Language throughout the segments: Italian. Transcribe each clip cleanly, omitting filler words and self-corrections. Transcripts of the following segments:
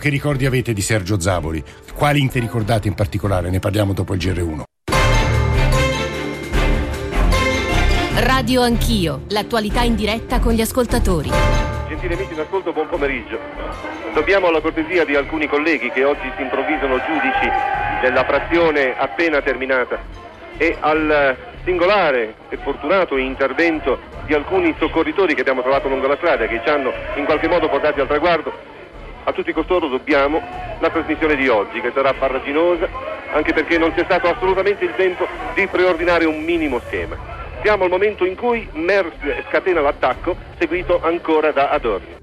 Che ricordi avete di Sergio Zavoli? Quali te ricordate in particolare? Ne parliamo dopo il GR1. Radio Anch'io, l'attualità in diretta con gli ascoltatori. Gentili amici in ascolto, buon pomeriggio. Dobbiamo alla cortesia di alcuni colleghi che oggi si improvvisano giudici della frazione appena terminata e al singolare e fortunato intervento di alcuni soccorritori che abbiamo trovato lungo la strada, che ci hanno in qualche modo portati al traguardo. A tutti costoro dobbiamo la trasmissione di oggi, che sarà farraginosa, anche perché non c'è stato assolutamente il tempo di preordinare un minimo schema. Siamo al momento in cui Merz scatena l'attacco, seguito ancora da Adorni.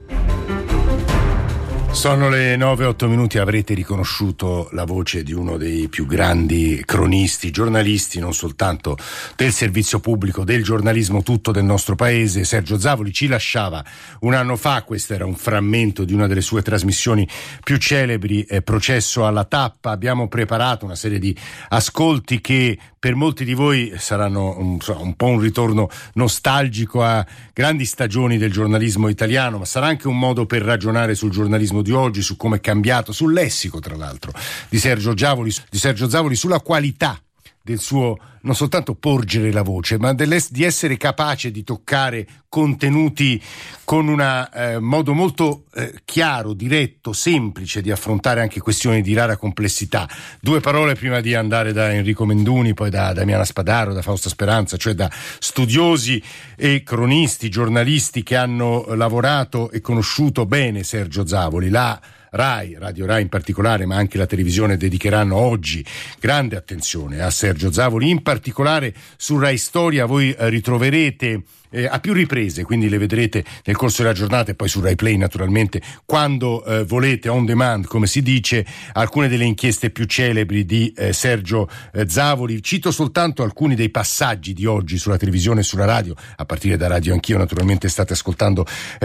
Sono le 9:08, avrete riconosciuto la voce di uno dei più grandi cronisti, giornalisti, non soltanto del servizio pubblico, del giornalismo tutto del nostro paese. Sergio Zavoli ci lasciava un anno fa, questo era un frammento di una delle sue trasmissioni più celebri, Processo alla tappa. Abbiamo preparato una serie di ascolti che per molti di voi saranno un po' un ritorno nostalgico a grandi stagioni del giornalismo italiano, ma sarà anche un modo per ragionare sul giornalismo di oggi, su come è cambiato, sul lessico tra l'altro di Sergio Zavoli, sulla qualità del suo non soltanto porgere la voce, ma di essere capace di toccare contenuti con un modo molto chiaro, diretto, semplice di affrontare anche questioni di rara complessità. Due parole prima di andare da Enrico Menduni, poi da Damiana Spadaro, da Fausta Speranza, cioè da studiosi e cronisti, giornalisti che hanno lavorato e conosciuto bene Sergio Zavoli. La Rai, Radio Rai in particolare, ma anche la televisione dedicheranno oggi grande attenzione a Sergio Zavoli, in particolare su Rai Storia. Voi ritroverete a più riprese, quindi le vedrete nel corso della giornata e poi su Rai Play naturalmente quando volete, on demand come si dice, alcune delle inchieste più celebri di Sergio Zavoli. Cito soltanto alcuni dei passaggi di oggi sulla televisione e sulla radio, a partire da Radio Anch'io, naturalmente state ascoltando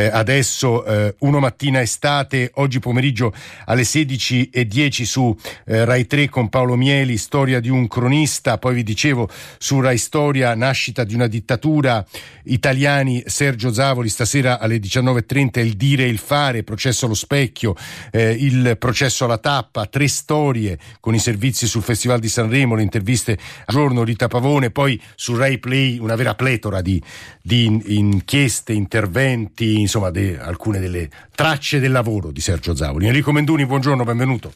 adesso Uno Mattina Estate, oggi pomeriggio alle 16:10 su Rai 3 con Paolo Mieli, Storia di un cronista. Poi vi dicevo su Rai Storia, Nascita di una dittatura, Italiani, Sergio Zavoli. Stasera alle 19:30 Il dire e il fare, Processo allo specchio, il processo alla tappa, 3 storie con i servizi sul Festival di Sanremo, le interviste a giorno, Rita Pavone. Poi su Rai Play una vera pletora di inchieste, interventi, insomma alcune delle tracce del lavoro di Sergio Zavoli. Enrico Menduni, buongiorno, benvenuto.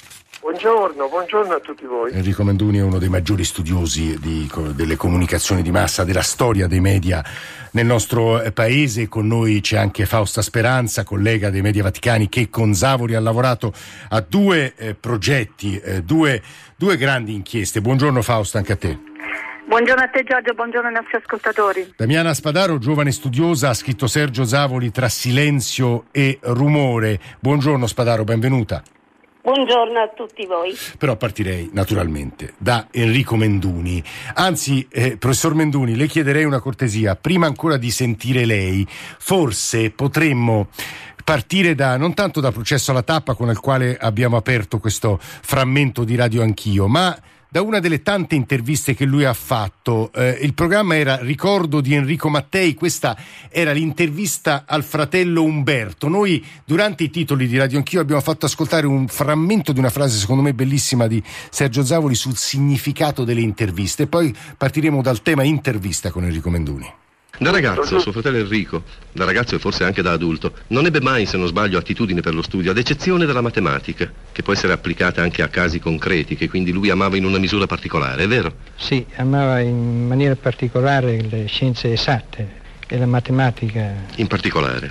Buongiorno a tutti voi. Enrico Menduni è uno dei maggiori studiosi delle comunicazioni di massa, della storia dei media nel nostro paese. Con noi c'è anche Fausta Speranza, collega dei Media Vaticani, che con Zavoli ha lavorato a due progetti, due grandi inchieste. Buongiorno Fausta, anche a te. Buongiorno a te Giorgio, buongiorno ai nostri ascoltatori. Damiana Spadaro, giovane studiosa, ha scritto Sergio Zavoli tra silenzio e rumore. Buongiorno Spadaro, benvenuta. Buongiorno a tutti voi. Però partirei naturalmente da Enrico Menduni. Anzi, professor Menduni, le chiederei una cortesia. Prima ancora di sentire lei, forse potremmo partire non tanto da Processo alla tappa, con il quale abbiamo aperto questo frammento di Radio Anch'io, ma da una delle tante interviste che lui ha fatto. Il programma era Ricordo di Enrico Mattei, questa era l'intervista al fratello Umberto. Noi durante i titoli di Radio Anch'io abbiamo fatto ascoltare un frammento di una frase secondo me bellissima di Sergio Zavoli sul significato delle interviste, e poi partiremo dal tema intervista con Enrico Menduni. Da ragazzo, suo fratello Enrico, da ragazzo e forse anche da adulto, non ebbe mai, se non sbaglio, attitudine per lo studio, ad eccezione della matematica, che può essere applicata anche a casi concreti, che quindi lui amava in una misura particolare, è vero? Sì, amava in maniera particolare le scienze esatte e la matematica in particolare.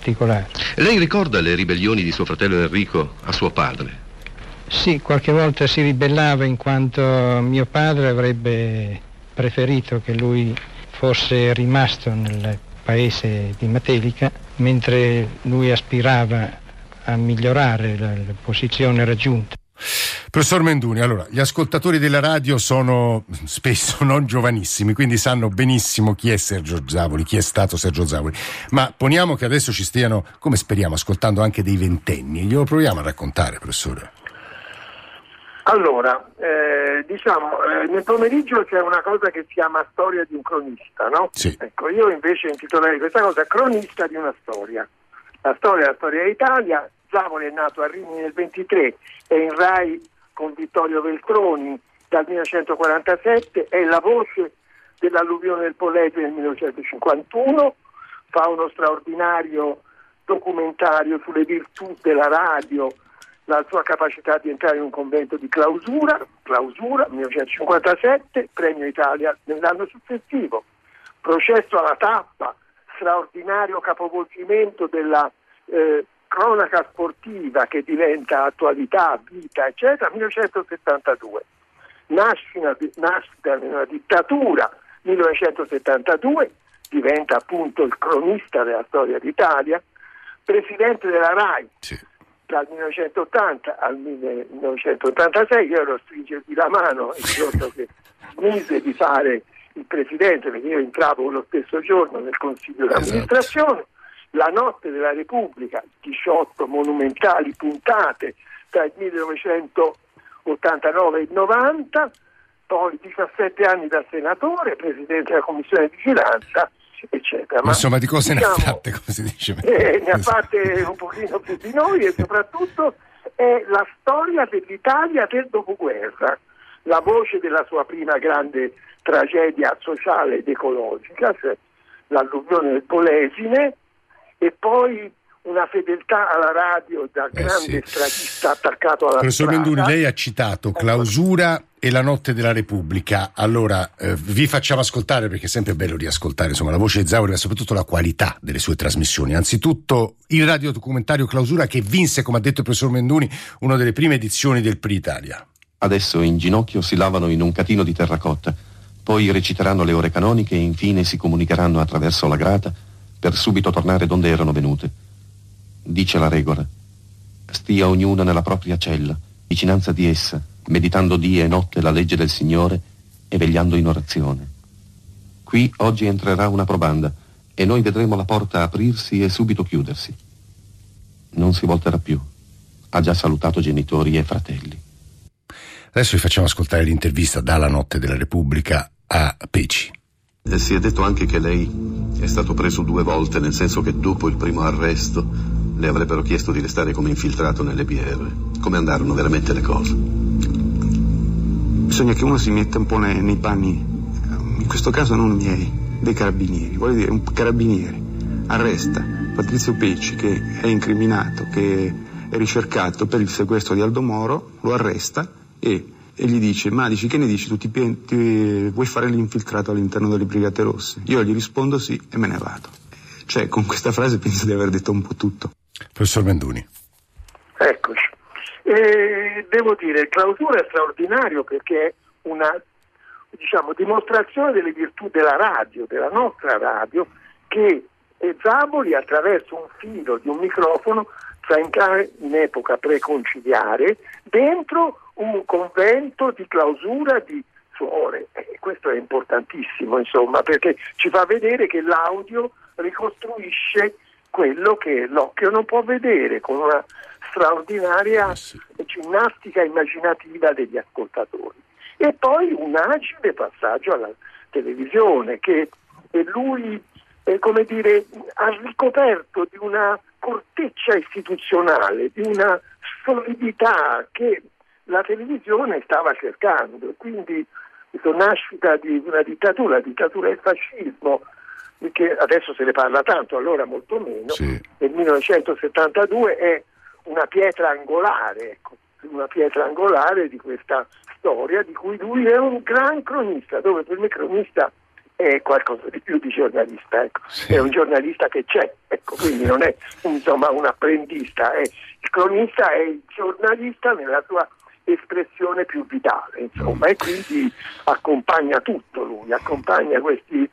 Lei ricorda le ribellioni di suo fratello Enrico a suo padre? Sì, qualche volta si ribellava in quanto mio padre avrebbe preferito che lui fosse rimasto nel paese di Matelica, mentre lui aspirava a migliorare la posizione raggiunta. Professor Menduni, allora, gli ascoltatori della radio sono spesso non giovanissimi, quindi sanno benissimo chi è Sergio Zavoli, chi è stato Sergio Zavoli, ma poniamo che adesso ci stiano, come speriamo, ascoltando anche dei ventenni. Glielo proviamo a raccontare, professore. Allora, nel pomeriggio c'è una cosa che si chiama Storia di un cronista, no? Sì. Ecco, io invece intitolerei questa cosa Cronista di una storia. La storia d'Italia, Zavoli è nato a Rimini nel 23, è in Rai con Vittorio Veltroni dal 1947, è la voce dell'alluvione del Polesine nel 1951, fa uno straordinario documentario sulle virtù della radio, la sua capacità di entrare in un convento di clausura 1957, Premio Italia nell'anno successivo, Processo alla tappa, straordinario capovolgimento della cronaca sportiva che diventa attualità, vita, eccetera, 1972. Nascita nella dittatura, 1972, diventa appunto il cronista della storia d'Italia, presidente della RAI, sì, dal 1980 al 1986. Io ero a stringergli la mano il giorno che smise di fare il presidente, perché io entravo lo stesso giorno nel consiglio di amministrazione. Esatto. La notte della Repubblica, 18 monumentali puntate tra il 1989 e il 90, poi 17 anni da senatore, presidente della commissione di vigilanza, eccetera. Ma insomma, di cose ne ha fatte, come si dice. Ne ha fatte un pochino più di noi, e soprattutto è la storia dell'Italia del dopoguerra, la voce della sua prima grande tragedia sociale ed ecologica, cioè l'alluvione del Polesine, e poi una fedeltà alla radio da grande stratista attaccato alla Professor strada. Menduni, lei ha citato Clausura e La notte della Repubblica. Allora, vi facciamo ascoltare, perché è sempre bello riascoltare, insomma, la voce di Zavoli, ma soprattutto la qualità delle sue trasmissioni. Anzitutto il radiodocumentario Clausura, che vinse, come ha detto il professor Menduni, una delle prime edizioni del Prix Italia. Adesso in ginocchio si lavano in un catino di terracotta, poi reciteranno le ore canoniche e infine si comunicheranno attraverso la grata per subito tornare donde erano venute. Dice la regola: stia ognuno nella propria cella, vicinanza di essa, meditando dì e notte la legge del Signore e vegliando in orazione. Qui oggi entrerà una probanda e noi vedremo la porta aprirsi e subito chiudersi. Non si volterà più. Ha già salutato genitori e fratelli. Adesso vi facciamo ascoltare l'intervista dalla notte della Repubblica a Peci. Si è detto anche che lei è stato preso 2 volte, nel senso che dopo il primo arresto le avrebbero chiesto di restare come infiltrato nelle PR. Come andarono veramente le cose? Bisogna che uno si metta un po' nei panni, in questo caso non miei, dei carabinieri. Voglio dire, un carabiniere arresta Patrizio Pecci, che è incriminato, che è ricercato per il sequestro di Aldo Moro, lo arresta e gli dice: ma dici, che ne dici, tu ti vuoi fare l'infiltrato all'interno delle Brigate Rosse? Io gli rispondo sì e me ne vado. Cioè, con questa frase penso di aver detto un po' tutto. Professor Menduni. Eccoci. Devo dire, Clausura è straordinario perché è una, dimostrazione delle virtù della radio, della nostra radio, che Zavoli, attraverso un filo di un microfono, fa entrare in epoca preconciliare dentro un convento di clausura di suore. Questo è importantissimo, insomma, perché ci fa vedere che l'audio ricostruisce quello che l'occhio non può vedere, con una straordinaria ginnastica immaginativa degli ascoltatori. E poi un agile passaggio alla televisione, che lui ha ricoperto di una corteccia istituzionale, di una solidità che la televisione stava cercando. Quindi la nascita di una dittatura, la dittatura del fascismo, che adesso se ne parla tanto, allora molto meno, nel 1972 è una pietra angolare, una pietra angolare di questa storia, di cui lui è un gran cronista, dove per me cronista è qualcosa di più di giornalista, è un giornalista che c'è, quindi non è un apprendista, il cronista è il giornalista nella sua espressione più vitale, e quindi accompagna tutto lui, accompagna questi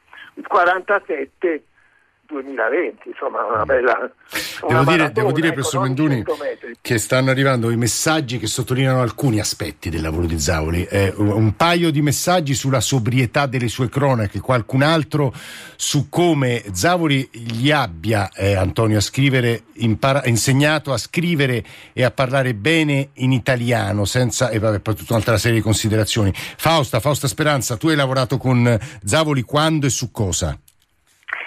47 2020, insomma, una bella. Devo dire, professor Menduni, che stanno arrivando i messaggi che sottolineano alcuni aspetti del lavoro di Zavoli. Un paio di messaggi sulla sobrietà delle sue cronache, qualcun altro su come Zavoli gli abbia, Antonio, a scrivere, insegnato a scrivere e a parlare bene in italiano, senza, e vabbè, poi tutta un'altra serie di considerazioni. Fausta Speranza, tu hai lavorato con Zavoli quando e su cosa?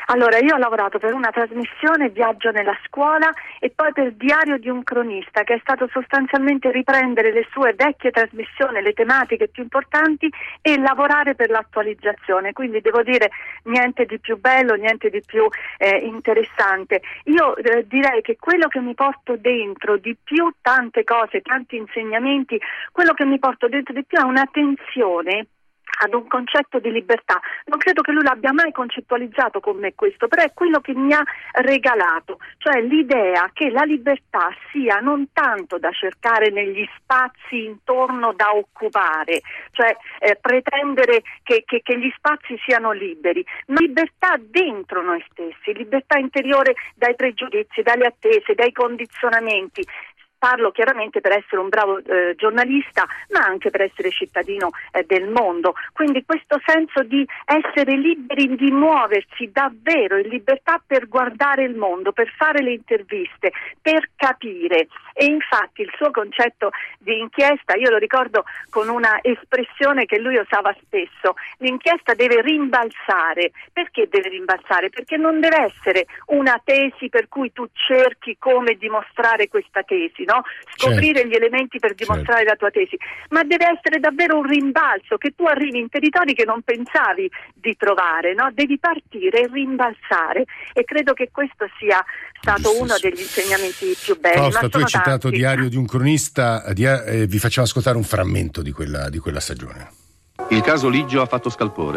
Allora, io ho lavorato per una trasmissione Viaggio nella scuola e poi per Diario di un cronista, che è stato sostanzialmente riprendere le sue vecchie trasmissioni, le tematiche più importanti, e lavorare per l'attualizzazione. Quindi devo dire niente di più bello, niente di più interessante. Io direi che quello che mi porto dentro di più, tante cose, tanti insegnamenti, quello che mi porto dentro di più è un'attenzione ad un concetto di libertà. Non credo che lui l'abbia mai concettualizzato con me questo, però è quello che mi ha regalato, cioè l'idea che la libertà sia non tanto da cercare negli spazi intorno da occupare, cioè pretendere che gli spazi siano liberi, ma libertà dentro noi stessi, libertà interiore dai pregiudizi, dalle attese, dai condizionamenti. Parlo chiaramente per essere un bravo giornalista, ma anche per essere cittadino del mondo. Quindi questo senso di essere liberi di muoversi davvero in libertà per guardare il mondo, per fare le interviste, per capire. E infatti il suo concetto di inchiesta, io lo ricordo con una espressione che lui usava spesso: l'inchiesta deve rimbalzare. Perché deve rimbalzare? Perché non deve essere una tesi per cui tu cerchi come dimostrare questa tesi, no? Scoprire gli elementi per dimostrare la tua tesi, ma deve essere davvero un rimbalzo, che tu arrivi in territori che non pensavi di trovare, no? Devi partire e rimbalzare, e credo che questo sia stato uno degli insegnamenti più belli. Fausta, tu hai citato tanti. Diario di un cronista, vi facciamo ascoltare un frammento di quella stagione. Il caso Liggio ha fatto scalpore.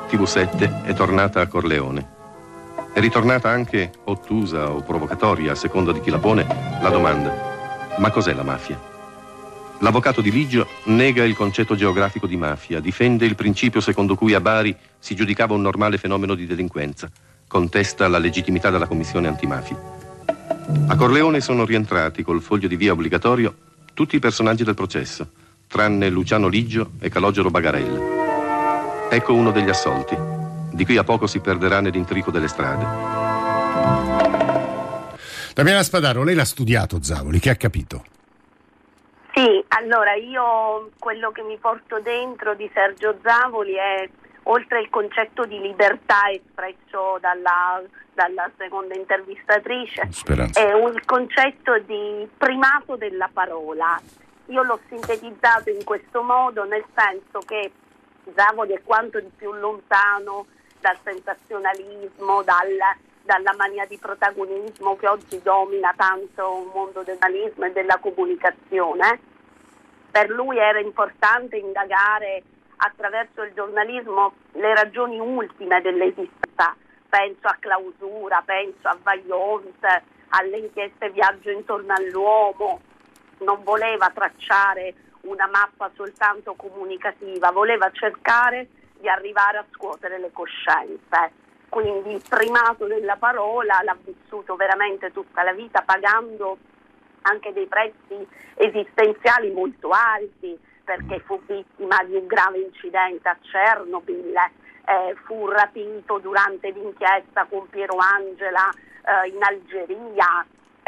TV7 è tornata a Corleone. È ritornata anche ottusa o provocatoria, a seconda di chi la pone, la domanda: ma cos'è la mafia? L'avvocato di Liggio nega il concetto geografico di mafia, difende il principio secondo cui a Bari si giudicava un normale fenomeno di delinquenza, contesta la legittimità della commissione antimafia. A Corleone sono rientrati col foglio di via obbligatorio tutti i personaggi del processo, tranne Luciano Liggio e Calogero Bagarella. Ecco uno degli assolti. Di qui a poco si perderà nell'intrico delle strade. Damiana Spadaro, lei l'ha studiato Zavoli, che ha capito? Sì, allora io quello che mi porto dentro di Sergio Zavoli è, oltre il concetto di libertà espresso dalla seconda intervistatrice, è un concetto di primato della parola. Io l'ho sintetizzato in questo modo, nel senso che Zavoli è quanto di più lontano dal sensazionalismo, dalla mania di protagonismo che oggi domina tanto il mondo del giornalismo e della comunicazione. Per lui era importante indagare attraverso il giornalismo le ragioni ultime dell'esistenza. Penso a Clausura, penso a Vaillant, alle inchieste Viaggio intorno all'uomo. Non voleva tracciare una mappa soltanto comunicativa, voleva cercare di arrivare a scuotere le coscienze. Quindi il primato della parola l'ha vissuto veramente tutta la vita, pagando anche dei prezzi esistenziali molto alti, perché fu vittima di un grave incidente a Chernobyl, fu rapito durante l'inchiesta con Piero Angela in Algeria,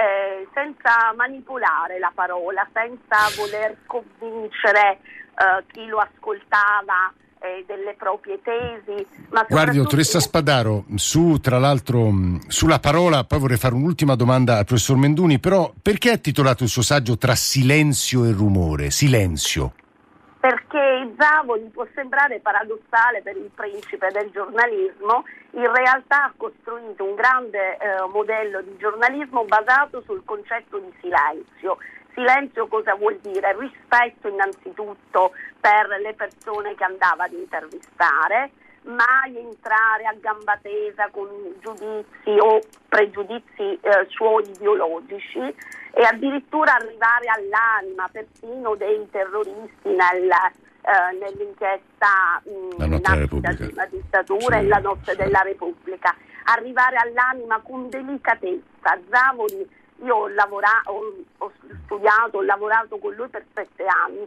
senza manipolare la parola, senza voler convincere chi lo ascoltava delle proprie tesi. Ma guardi, dottoressa Spadaro, tra l'altro sulla parola, poi vorrei fare un'ultima domanda al professor Menduni, però perché ha titolato il suo saggio Tra silenzio e rumore? Silenzio. Perché Zavoli può sembrare paradossale per il principe del giornalismo, in realtà ha costruito un grande modello di giornalismo basato sul concetto di silenzio. Silenzio cosa vuol dire? Rispetto innanzitutto per le persone che andava ad intervistare, mai entrare a gamba tesa con giudizi o pregiudizi suoi ideologici, e addirittura arrivare all'anima persino dei terroristi nell'inchiesta della dittatura e la notte della Repubblica, arrivare all'anima con delicatezza. Zavoli, io ho studiato, ho lavorato con lui per 7 anni,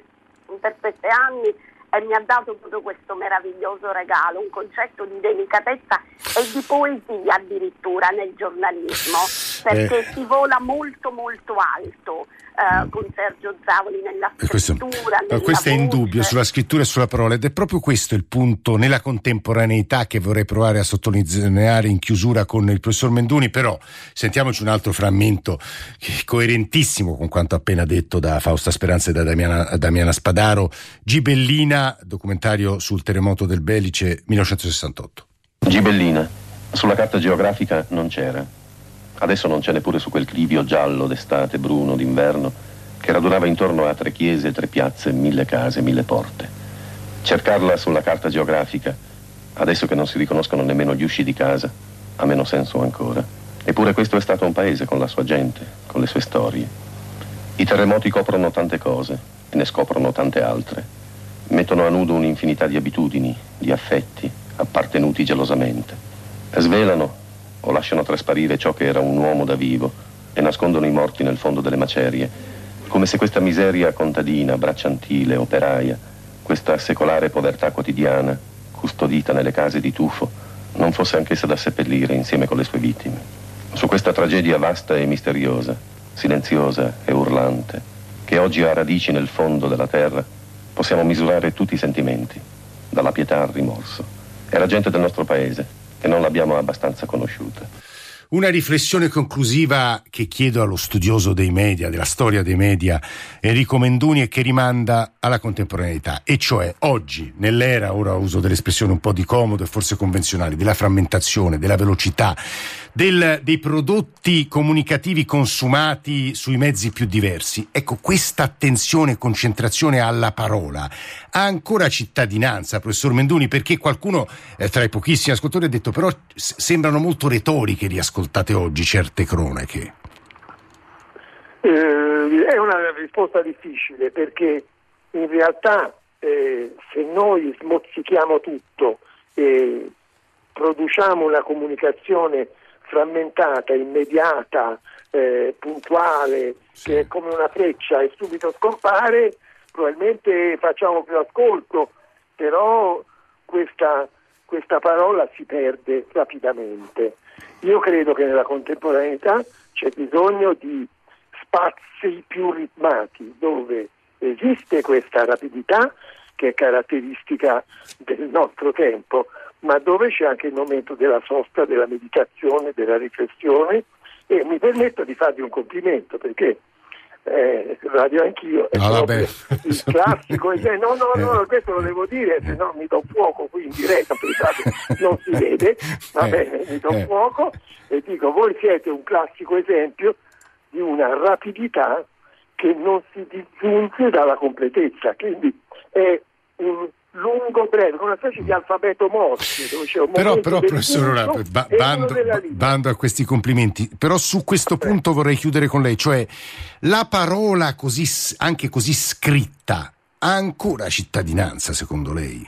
e mi ha dato proprio questo meraviglioso regalo, un concetto di delicatezza e di poesia addirittura nel giornalismo. perché si vola molto molto alto con Sergio Zavoli nella scrittura, questo è indubbio sulla scrittura e sulla parola, ed è proprio questo il punto nella contemporaneità che vorrei provare a sottolineare in chiusura con il professor Menduni. Però sentiamoci un altro frammento coerentissimo con quanto appena detto da Fausta Speranza e da Damiana Spadaro. Gibellina, documentario sul terremoto del Belice 1968. Gibellina sulla carta geografica non c'era. Adesso non c'è neppure su quel clivio giallo d'estate, bruno d'inverno, che radunava intorno a 3 chiese, 3 piazze, 1000 case, 1000 porte. Cercarla sulla carta geografica, adesso che non si riconoscono nemmeno gli usci di casa, ha meno senso ancora. Eppure questo è stato un paese con la sua gente, con le sue storie. I terremoti coprono tante cose e ne scoprono tante altre. Mettono a nudo un'infinità di abitudini, di affetti, appartenuti gelosamente. Svelano o lasciano trasparire ciò che era un uomo da vivo e nascondono i morti nel fondo delle macerie, come se questa miseria contadina, bracciantile, operaia, questa secolare povertà quotidiana, custodita nelle case di tufo, non fosse anch'essa da seppellire insieme con le sue vittime. Su questa tragedia vasta e misteriosa, silenziosa e urlante, che oggi ha radici nel fondo della terra, possiamo misurare tutti i sentimenti, dalla pietà al rimorso. Era gente del nostro paese, e non l'abbiamo abbastanza conosciuta. Una riflessione conclusiva che chiedo allo studioso dei media, della storia dei media, Enrico Menduni, e che rimanda alla contemporaneità, e cioè oggi, nell'era, ora uso delle espressioni un po' di comodo e forse convenzionali, della frammentazione, della velocità, dei prodotti comunicativi consumati sui mezzi più diversi. Ecco, questa attenzione e concentrazione alla parola ha ancora cittadinanza, professor Menduni? Perché qualcuno tra i pochissimi ascoltatori ha detto però sembrano molto retoriche riascoltate oggi certe cronache. È una risposta difficile, perché in realtà se noi smozzichiamo tutto e produciamo una comunicazione frammentata, immediata, puntuale, sì, che è come una freccia e subito scompare, probabilmente facciamo più ascolto, però questa parola si perde rapidamente. Io credo che nella contemporaneità c'è bisogno di spazi più ritmati, dove esiste questa rapidità che è caratteristica del nostro tempo, ma dove c'è anche il momento della sosta, della meditazione, della riflessione. E mi permetto di farvi un complimento, perché Radio Anch'io è proprio il classico. No, questo lo devo dire, se no mi do fuoco qui in diretta, pensate, non si vede, va bene, mi do fuoco e dico, voi siete un classico esempio di una rapidità che non si disgiunge dalla completezza, quindi è un lungo breve, una specie di alfabeto morse, dove c'è un però professore, bando a questi complimenti, però su questo punto vorrei chiudere con lei, cioè la parola così, anche così scritta, ha ancora cittadinanza secondo lei?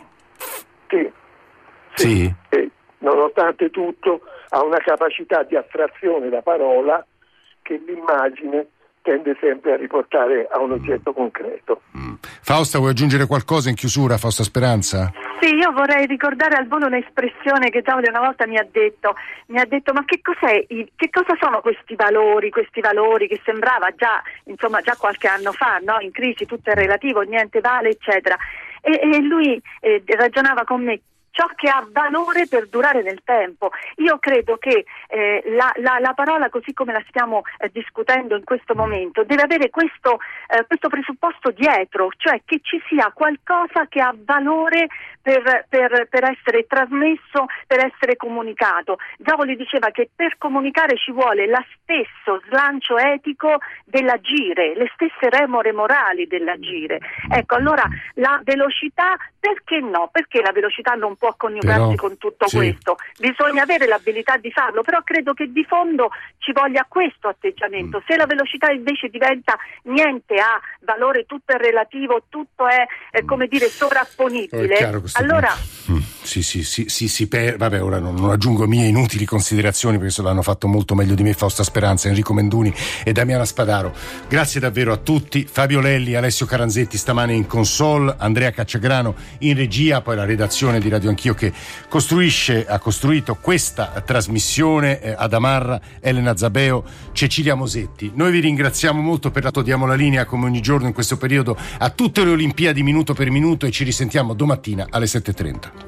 Sì. Nonostante tutto ha una capacità di astrazione da parola che l'immagine tende sempre a riportare a un oggetto concreto. Fausta, vuoi aggiungere qualcosa in chiusura, Fausta Speranza? Sì, io vorrei ricordare al volo un'espressione che Zavoli una volta mi ha detto, ma che cosa sono questi valori che sembrava già qualche anno fa, no? In crisi tutto è relativo, niente vale, eccetera. E lui ragionava con me: ciò che ha valore per durare nel tempo. Io credo che la parola, così come la stiamo discutendo in questo momento, deve avere questo presupposto dietro, cioè che ci sia qualcosa che ha valore per essere trasmesso, per essere comunicato. Zavoli diceva che per comunicare ci vuole lo stesso slancio etico dell'agire, le stesse remore morali dell'agire. Ecco, allora la velocità, perché no? Perché la velocità non può coniugarsi con tutto questo? Bisogna avere l'abilità di farlo, però credo che di fondo ci voglia questo atteggiamento. Se la velocità invece diventa niente ha valore, tutto è relativo, tutto è sovrapponibile, allora Vabbè, ora non aggiungo mie inutili considerazioni, perché se l'hanno fatto molto meglio di me Fausta Speranza, Enrico Menduni e Damiana Spadaro. Grazie davvero a tutti. Fabio Lelli, Alessio Caranzetti stamane in console, Andrea Cacciagrano in regia, poi la redazione di Radio Anch'io che ha costruito questa trasmissione, ad Amarra, Elena Zabeo, Cecilia Mosetti. Noi vi ringraziamo molto, pertanto diamo la linea come ogni giorno in questo periodo a tutte le Olimpiadi minuto per minuto e ci risentiamo domattina alle 7:30.